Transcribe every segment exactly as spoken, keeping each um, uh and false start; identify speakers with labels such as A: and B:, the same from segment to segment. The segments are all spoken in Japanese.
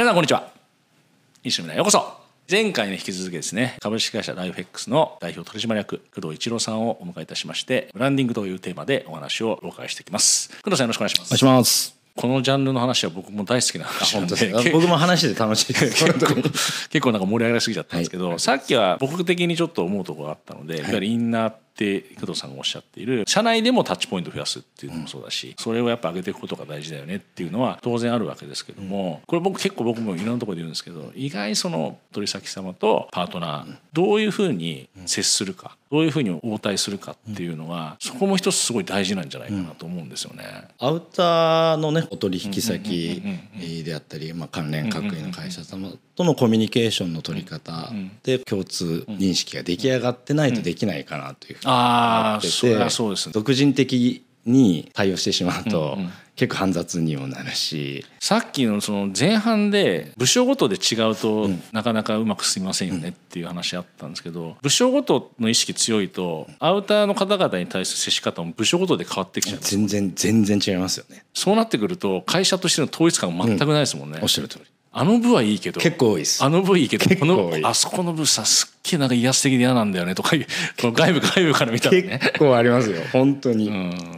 A: 皆さんこんにちは。西村へようこそ。前回に引き続きですね、株式会社ライフ X の代表取締役工藤一郎さんをお迎えいたしまして、ブランディングというテーマでお話をお伺いしていきます。工藤さんよろしくお願いします。
B: お願いします。
A: このジャンルの話は僕も大好きな話なんで、
B: 僕も話で楽しいです
A: 結構結構なんか盛り上がりすぎちゃったんですけど、はい、さっきは僕的にちょっと思うところがあったので、はい、いわゆるインナーって工藤さんがおっしゃっている社内でもタッチポイントを増やすっていうのもそうだし、うん、それをやっぱ上げていくことが大事だよねっていうのは当然あるわけですけども、これ僕結構僕もいろんなところで言うんですけど、意外その取引様とパートナーどういうふうに接するか、どういうふうに応対するかっていうのが、そこも一つすごい大事なんじゃないかなと思うんですよね。
B: アウターのねお取引先であったり、まあ、関連各位の会社様とのコミュニケーションの取り方で共通認識が出来上がってないとできないかなというふうに思ってて、それはそうですね。独人的に対応してしまうと結構煩雑にもなるし、
A: さっきのその前半で部署ごとで違うとなかなかうまく進みませんよねっていう話あったんですけど、部署ごとの意識強いとアウターの方々に対する接し方も部署ごとで変わってきちゃいます。
B: 全然全然違いますよね。
A: そうなってくると会社としての統一感が全くないですもんね、うん、
B: おっしゃる通り。
A: あの部はいいけど
B: 結構多いです。
A: あの部いいけどこのあそこの部さすっげえなんか威圧的で嫌なんだよねとかいうこの外部外部から見たらね
B: 結構ありますよ本当に、
A: うん、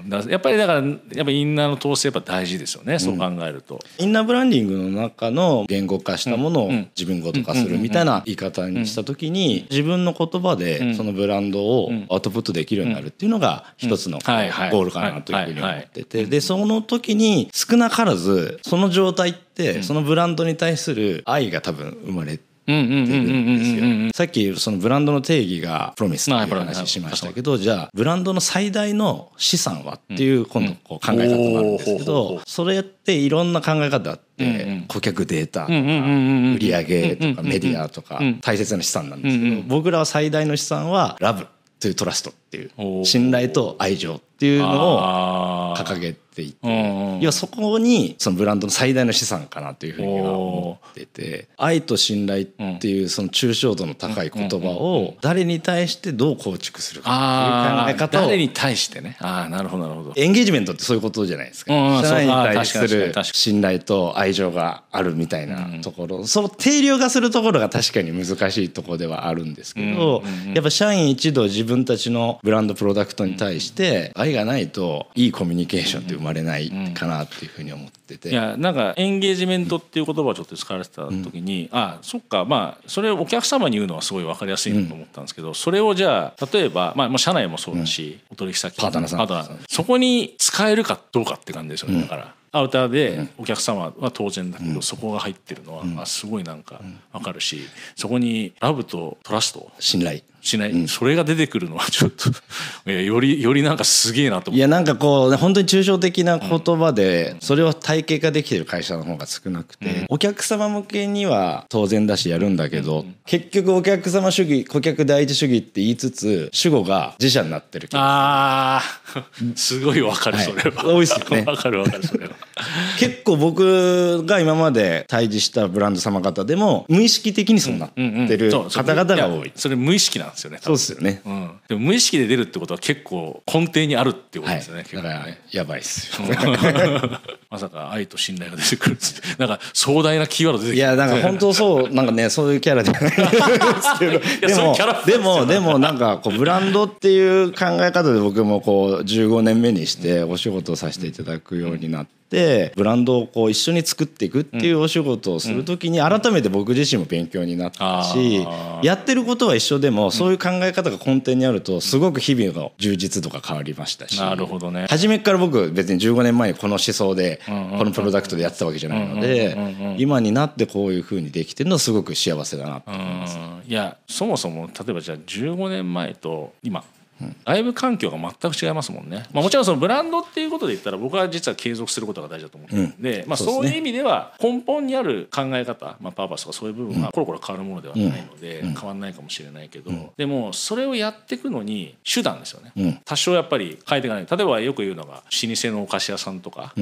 A: だやっぱりだからやっぱインナーの統制やっぱ大事ですよね、うん、そう考えると
B: インナーブランディングの中の言語化したものを自分ごと化するみたいな言い方にした時に自分の言葉でそのブランドをアウトプットできるようになるっていうのが一つのゴールかなというふうに思ってて、でその時に少なからずその状態ってそのブランドに対する愛が多分生まれててるんですよ。さっきそのブランドの定義がプロミスっていう話しましたけど、じゃあブランドの最大の資産はっていう今度こう考え方があるんですけど、それっていろんな考え方あって顧客データとか売上とかメディアとか大切な資産なんですけど、僕らは最大の資産はラブというトラストっていう信頼と愛情っていうのを掲げていて、要はそこにそのブランドの最大の資産かなというふうには思ってて、愛と信頼っていうその抽象度の高い言葉を誰に対してどう構築するかっていう考え方を、
A: 誰に対してね、ああなるほどなるほど。
B: エンゲージメントってそういうことじゃないですか。社内に対する信頼と愛情があるみたいなところ、その定量化するところが確かに難しいところではあるんですけど、やっぱ社員一同自分たちのブランドプロダクトに対して愛がないといいコミュニケーションって生まれないかなっていうふうに思ってて、
A: いやなんかエンゲージメントっていう言葉をちょっと使われてた時に、うん、あそっか、まあそれをお客様に言うのはすごい分かりやすいなと思ったんですけど、うん、それをじゃあ例えば、まあ、社内もそうだし、うん、お取引先
B: パートナーさん、
A: パートナーさんそこに使えるかどうかって感じですよね、うん、だからアウターでお客様は当然だけど、うん、そこが入ってるのは、うん、すごいなんか分かるし、そこにラブとトラスト
B: 信頼
A: しない、うん、それが出てくるのはちょっといやよりよりなんかすげえなと思って、
B: いやなんかこう本当に抽象的な言葉でそれを体系化できてる会社の方が少なくて、うん、お客様向けには当然だしやるんだけど、うん、結局お客様主義顧客第一主義って言いつつ主語が自社になってる。
A: あーすごいわかる、それは、
B: はい、多いですよね。
A: わかるわかるそれは
B: 結構僕が今まで対峙したブランド様方でも無意識的にそうなってる方々が多い。
A: それ無意識なんですよね。
B: そうですよね、
A: うん、でも無意識で出るってことは結構根底にあるってことですよね、はい、
B: だからやばいっすよ
A: まさか愛と信頼が出てくるってなんか壮大なキーワード出てきて、
B: いやなんか本当そうなんかねそういうキャラじゃないですけどでもでもでもなんかこうブランドっていう考え方で僕もこうじゅうごねんめにしてお仕事をさせていただくようになって、でブランドをこう一緒に作っていくっていうお仕事をするときに改めて僕自身も勉強になったし、やってることは一緒でもそういう考え方が根底にあるとすごく日々の充実度が変わりましたし、
A: なるほどね。
B: 初めから僕別にじゅうごねんまえにこの思想でこのプロダクトでやってたわけじゃないので、今になってこういう風にできてるのはすごく幸せだなと思います。
A: いやそもそも例えばじゃあじゅうごねんまえと今ライブ環境が全く違いますもんね、まあ、もちろんそのブランドっていうことで言ったら僕は実は継続することが大事だと思ってるんで、うんまあ、そういう意味では根本にある考え方、まあ、パーパスとかそういう部分はコロコロ変わるものではないので変わらないかもしれないけど、でもそれをやっていくのに手段ですよね、多少やっぱり変えていかない。例えばよく言うのが老舗のお菓子屋さんとか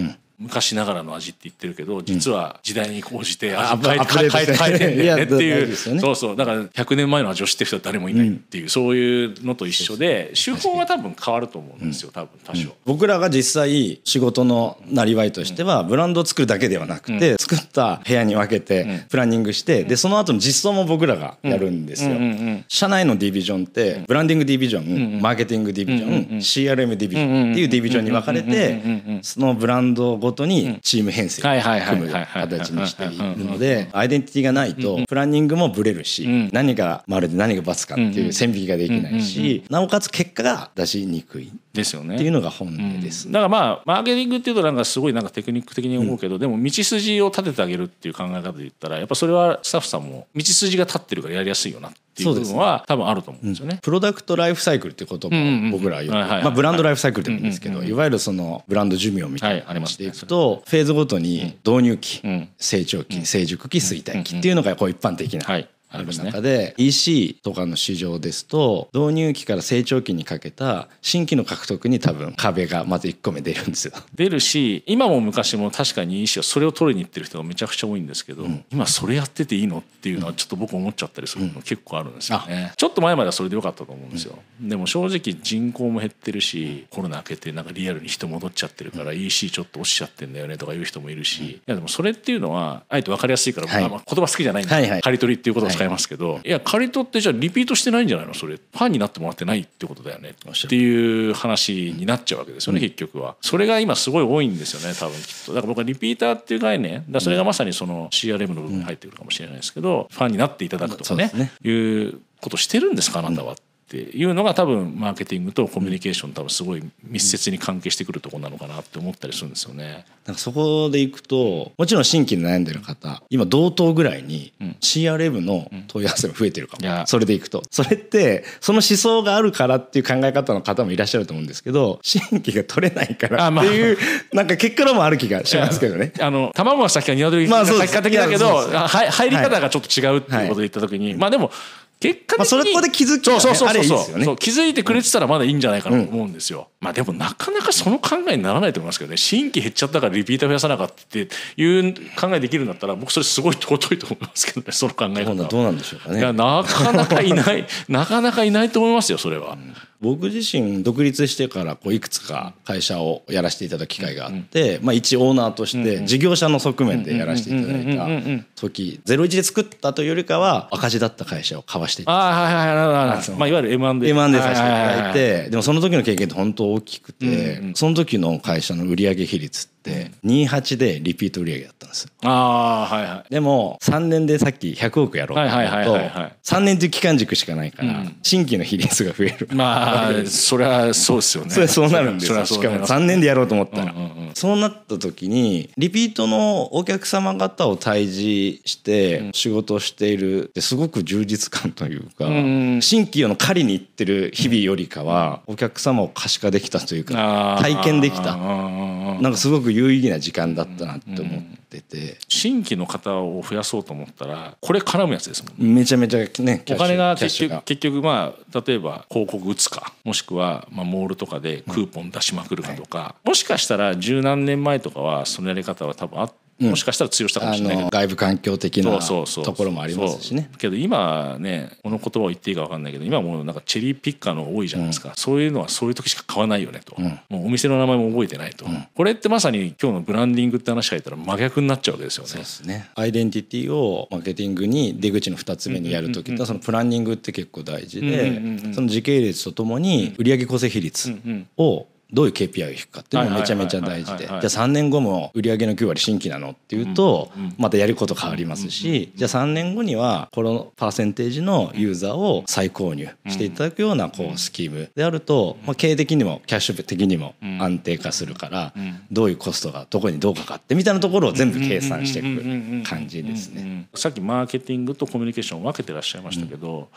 A: 昔ながらの味って言ってるけど実は時代に応じて味変えて変えて変えてんだよねっていう、そうそう、だからひゃくねんまえの味を知ってる人は誰もいないっていう、そういうのと一緒で手法は多分変わると思うんですよ、多分多少。
B: 僕らが実際仕事のなりわいとしてはブランドを作るだけではなくて、作った部屋に分けてプランニングして、でその後の実装も僕らがやるんですよ。社内のディビジョンってブランディングディビジョン、マーケティングディビジョン、シーアールエム ディビジョンっていうディビジョンに分かれて、そのブランドごとにチーム編成を組む形にしているので、アイデンティティがないとプランニングもブレるし、何が丸で何が×かっていう線引きができないし、なおかつ結果が出しにくい
A: ですよね
B: っていうのが本音です。
A: だからまあマーケティングっていうとなんかすごいなんかテクニック的に思うけど、でも道筋を立ててあげるっていう考え方で言ったらやっぱそれはスタッフさんも道筋が立ってるからやりやすいよなっていう部分は多分あると思うんですよね。
B: プロダクトライフサイクルって言葉を僕らはよく、まあブランドライフサイクルでもいいんですけど、いわゆるそのブランド寿命みたいなのをしていくと、フェーズごとに導入期、成長期、成熟期、衰退期っていうのがこう一般的なある中で、 イーシー とかの市場ですと導入期から成長期にかけた新規の獲得に多分壁がまずいっこめ出るんですよ。
A: 出るし、今も昔も確かに イーシー はそれを取りに行ってる人がめちゃくちゃ多いんですけど、うん、今それやってていいのっていうのはちょっと僕思っちゃったりするの結構あるんですよね、うん、ちょっと前まではそれでよかったと思うんですよ、うん、でも正直人口も減ってるし、コロナ明けてなんかリアルに人戻っちゃってるから、うん、イーシー ちょっと落ちちゃってんだよねとかいう人もいるし、うん、いやでもそれっていうのはあえて分かりやすいから、はい、まあ、言葉好きじゃないんで、はいはい、刈り取りっていうことを使いますけど、はい、いや刈り取ってじゃあリピートしてないんじゃないの、それファンになってもらってないってことだよねっていう話になっちゃうわけですよね、うん、結局は。それが今すごい多いんですよね多分きっと。だから僕はリピーターっていう概念だ、それがまさにその シーアールエム の部分に入ってくるかもしれないですけど、ファンになっていただくとかね、うん、ねいうことしてるんですかあなたは、うんっていうのが多分マーケティングとコミュニケーション多分すごい密接に関係してくるところなのかなって思ったりするんですよね。
B: なんかそこでいくともちろん新規で悩んでる方今同等ぐらいに シーアールエム の問い合わせが増えてるかも、うん、それでいくとそれってその思想があるからっていう考え方の方もいらっしゃると思うんですけど、新規が取れないからっていうなんか結果論もある気がしますけどね。
A: あの卵が先か鶏が先か的だけど入り方がちょっと違うっていうことで言った時に、はい、まあでも結果的に、まあ、
B: それこで気づきが、ね、そうそうそうそう、
A: ね、そう気づいてくれてたらまだいいんじゃないかなと思うんですよ、うん、まあでもなかなかその考えにならないと思いますけどね。新規減っちゃったからリピーター増やさなかったっていう考えできるんだったら僕それすごい尊いと思いますけどね、その考え方は。
B: どうなんでしょうかね。
A: いやなかなかいないなかなかいないと思いますよそれは、うん、
B: 僕自身独立してからこういくつか会社をやらせていただく機会があって、まあ、一オーナーとして事業者の側面でやらせていただいた時ゼロイチで作ったというよりかは赤字だった会社を買わしていただいた。
A: あはいはいはいまあ、いわゆる エムアンドエー
B: エムアンドエー させていただいて、でもその時の経験って本当大きくて、その時の会社の売上比率ってにじゅうはちでリピート売上だったんですよ。
A: あはいはい、
B: でもさんねんでさっきひゃくおくやろうと思うとさんねんという期間軸しかないから新規の比率が増える。
A: まあそれはそうですよね。
B: それそうなるんですよ。しかもさんねんでやろうと思ったら、うんうんうん、そうなった時にリピートのお客様方を対峙して仕事をしているってすごく充実感というか、うんうん、新規の狩りに行ってる日々よりかはお客様を可視化できたというか体験できた、なんかすごく有意義な時間だったなって思ってて、うんうん、
A: 新規の方を増やそうと思ったらこれ絡むやつですもんね。
B: めちゃめちゃね
A: お金が結局、結局まあ例えば広告打つかもしくはまあモールとかでクーポン出しまくるかとか、うんはい、もしかしたら十何年前とかはそのやり方は多分あってもしかしたら通用したかもしれないけど、
B: うん、外部環境的なところもありますしね。
A: けど今ねこの言葉を言っていいか分かんないけど今もうなんかチェリーピッカーの多いじゃないですか、うん、そういうのはそういう時しか買わないよねと、うん、もうお店の名前も覚えてないと、うん、これってまさに今日のブランディングって話が言ったら真逆になっちゃうわけですよね。
B: そうですね。アイデンティティをマーケティングに出口のふたつめにやる時とそのプランニングって結構大事で、その時系列とともに売上構成比率をどういう ケーピーアイ を引くかっていうのがめちゃめちゃ大事で、じゃあさんねんごも売上のきゅうわり新規なのっていうとまたやること変わりますし、じゃあさんねんごにはこのパーセンテージのユーザーを再購入していただくようなこうスキームであると、まあ経営的にもキャッシュ的にも安定化するからどういうコストがどこにどうかかってみたいなところを全部計算していく感じですね。
A: さっきマーケティングとコミュニケーションを分けてらっしゃいましたけど、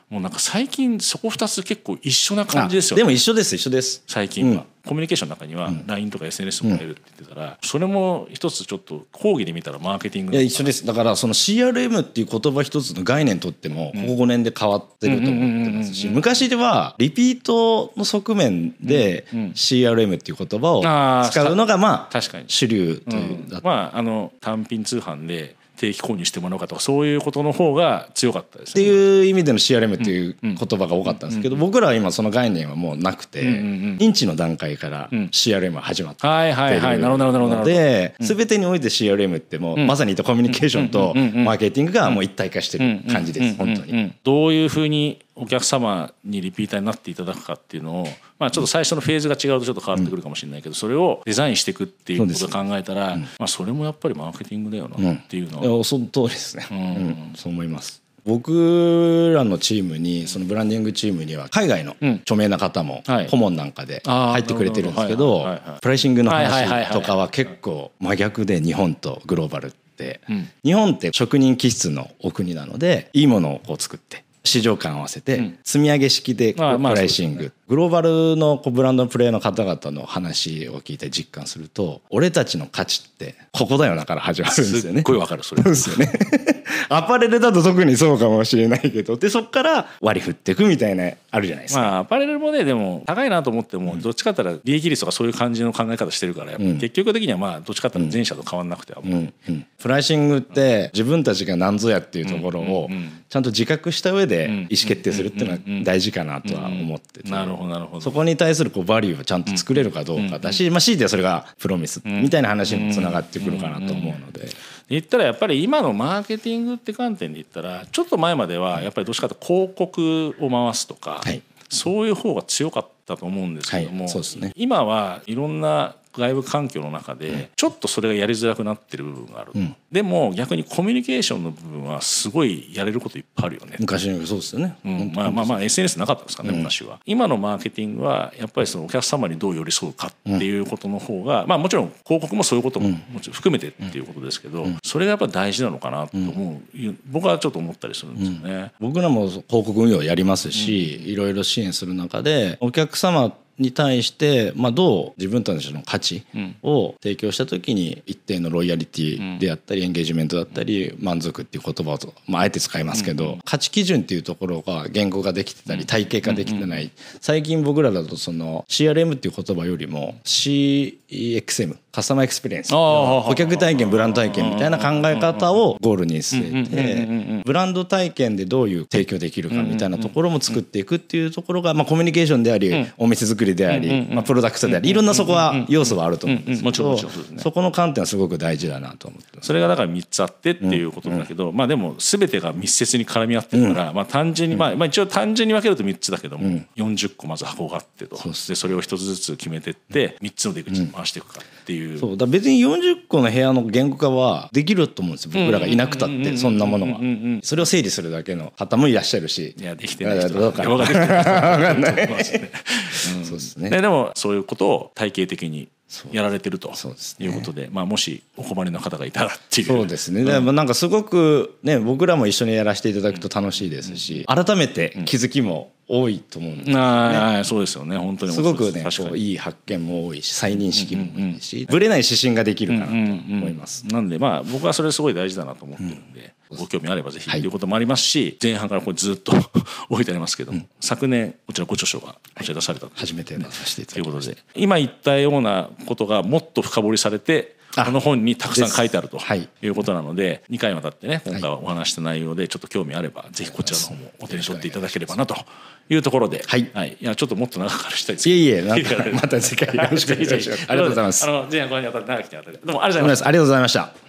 A: もうなんか最近そこふたつ結構一緒な感じですよね。
B: でも一緒です一緒です
A: 最近は、うん、コミュニケーションの中には ライン とか エスエヌエス も入るって言ってたら、うん、それも一つちょっと講義で見たらマーケティング。
B: いや一緒です。だからその シーアールエム っていう言葉一つの概念とってもここごねんで変わってると思ってますし、昔ではリピートの側面で シーアールエム っていう言葉を使うのがまあ主流という、
A: うん、まああの単品通販で定期購入してもらおうかとかそういうことの方が強かったですね。
B: っていう意味での シーアールエム っていう言葉が多かったんですけど、僕らは今その概念はもうなくて、認知の段階から シーアールエム は始まっているので、全てにおいて シーアールエム ってもうまさに言ったコミュニケーションとマーケティングがもう一体化してる感じです。本当に
A: どういうふうにお客様にリピーターになっていただくかっていうのを、まあ、ちょっと最初のフェーズが違うとちょっと変わってくるかもしれないけど、それをデザインしていくっていうことを考えたら、まあ、それもやっぱりマーケティングだよなっていうのは、
B: うん、その通りですね、うんうん、そう思います。僕らのチームにそのブランディングチームには海外の著名な方も顧問なんかで入ってくれてるんですけど、プライシングの話とかは結構真逆で、日本とグローバルって、日本って職人気質のお国なので、いいものをこう作って市場感を合わせて積み上げ式でプライシング、グローバルのブランドのプレイヤーの方々の話を聞いて実感すると、俺たちの価値ってここだよなから始まるんですよね。
A: すっごいわかる。それ
B: ですよねアパレルだと特にそうかもしれないけど、でそこから割り振っていくみたいなあるじゃないですか。
A: まあアパレルもね、でも高いなと思ってもどっちかって言ったら利益率とかそういう感じの考え方してるから、やっぱ結局的にはまあどっちかって言ったら前者と変わんなくては、うんうん
B: うん、プライシングって自分たちが何ぞやっていうところをちゃんと自覚した上で意思決定するっていうのは大事かなとは思ってて、
A: なるほどなるほど。
B: そこに対するこうバリューをちゃんと作れるかどうかだし、まあ強いてはそれがプロミスみたいな話にもつながってくるかなと思うので。
A: 言ったらやっぱり今のマーケティングって観点で言ったら、ちょっと前まではやっぱりどっちかというと広告を回すとか、はい、そういう方が強かったと思うんですけども、はい、そうですね、今はいろんな外部環境の中でちょっとそれがやりづらくなってる部分がある、うん、でも逆にコミュニケーションの部分はすごいやれることいっぱいあるよね。
B: 昔のそうですよね、
A: うん、まあまあまあ エスエヌエス なかったですからね、うん、昔は。今のマーケティングはやっぱりそのお客様にどう寄り添うかっていうことの方が、まあもちろん広告もそういうことももちろん含めてっていうことですけど、それがやっぱ大事なのかなと思う、うん、僕はちょっと思ったりするんですよね、
B: うん、僕らも広告運用やりますし、うん、いろいろ支援する中でお客様に対して、まあ、どう自分たちの価値を提供した時に一定のロイヤリティであったりエンゲージメントだったり満足っていう言葉を、まあ、あえて使いますけど、価値基準っていうところが言語ができてたり体系化できてない。最近僕らだとその シーアールエム っていう言葉よりも シーエックスエム カスタマーエクスペリエンス、顧客体験ブランド体験みたいな考え方をゴールに据えて、ブランド体験でどういう提供できるかみたいなところも作っていくっていうところが、まあ、コミュニケーションでありお店作りであり、まあ、プロダクトでありいろんなそこは要素はあると思うんですけど、そこの観点はすごく大事だなと思ってます。
A: それがだからみっつあってっていうことだけど、まあでも全てが密接に絡み合ってるから、まあ単純にまあまあ一応単純に分けるとみっつだけどもよんじゅっこまず箱があってと、でそれをひとつずつ決めてってみっつの出口に回していくかっていう。
B: そうだ、別によんじゅっこの部屋の言語化はできると思うんですよ。僕らがいなくたってそんなものはそれを整理するだけの方もいらっしゃるし、
A: いやできてない人
B: どうか分かんない。そうですね。
A: でもそういうことを体系的にやられてるということで、まあもしお困りの方がいたらっていう。
B: そうですね。でもなんかすごくね、僕らも一緒にやらせていただくと楽しいですし、改めて気づきも多いと思うんですよね。
A: ああ、そうですよね。本当に
B: すごくね、こういい発見も多いし、再認識も多いし、ぶれない指針ができるかなと思います。
A: なんでまあ僕はそれすごい大事だなと思ってるんで、ご興味あればぜひということもありますし、前半からこれずっと置いてありますけども、昨年こちらご著書がこちら出された
B: 初めて出させていただきました。
A: ということで、今言ったようなことがもっと深掘りされて、この本にたくさん書いてあるということなので、にかいにわたってね今回はお話した内容でちょっと興味あればぜひこちらの方もお手に取っていただければなというところで、はい、はい、いやちょっともっと長く話したいですけど、
B: いえいえ、なんかまた次回よろしくお願いします。ありがとうございます。
A: あの前半ご覧にあたって長きにあたってどうもありがとうございました。
B: ありがとうございました。